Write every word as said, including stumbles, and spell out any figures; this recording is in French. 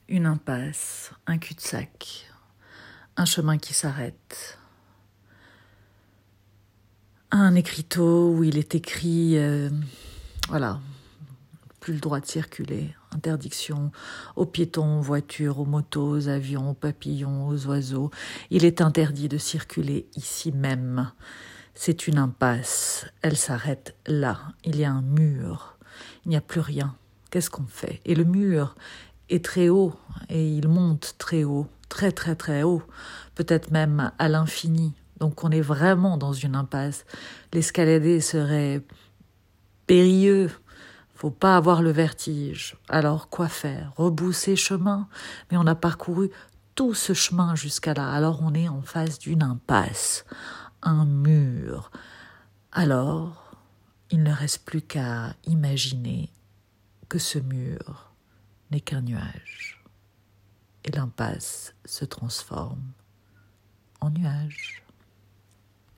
Une impasse, un cul-de-sac, un chemin qui s'arrête, un écriteau où il est écrit, euh, voilà, plus le droit de circuler, interdiction aux piétons, aux voitures, aux motos, aux avions, aux papillons, aux oiseaux. Il est interdit de circuler ici même. C'est une impasse, elle s'arrête là, il y a un mur, il n'y a plus rien. Qu'est-ce qu'on fait? Et le mur est très haut, et il monte très haut, très très très haut, peut-être même à l'infini. Donc on est vraiment dans une impasse. L'escalader serait périlleux, faut pas avoir le vertige. Alors quoi faire? Rebousser chemin? Mais on a parcouru tout ce chemin jusqu'à là, alors on est en face d'une impasse, un mur. Alors, il ne reste plus qu'à imaginer que ce mur n'est qu'un nuage. Et l'impasse se transforme en nuage.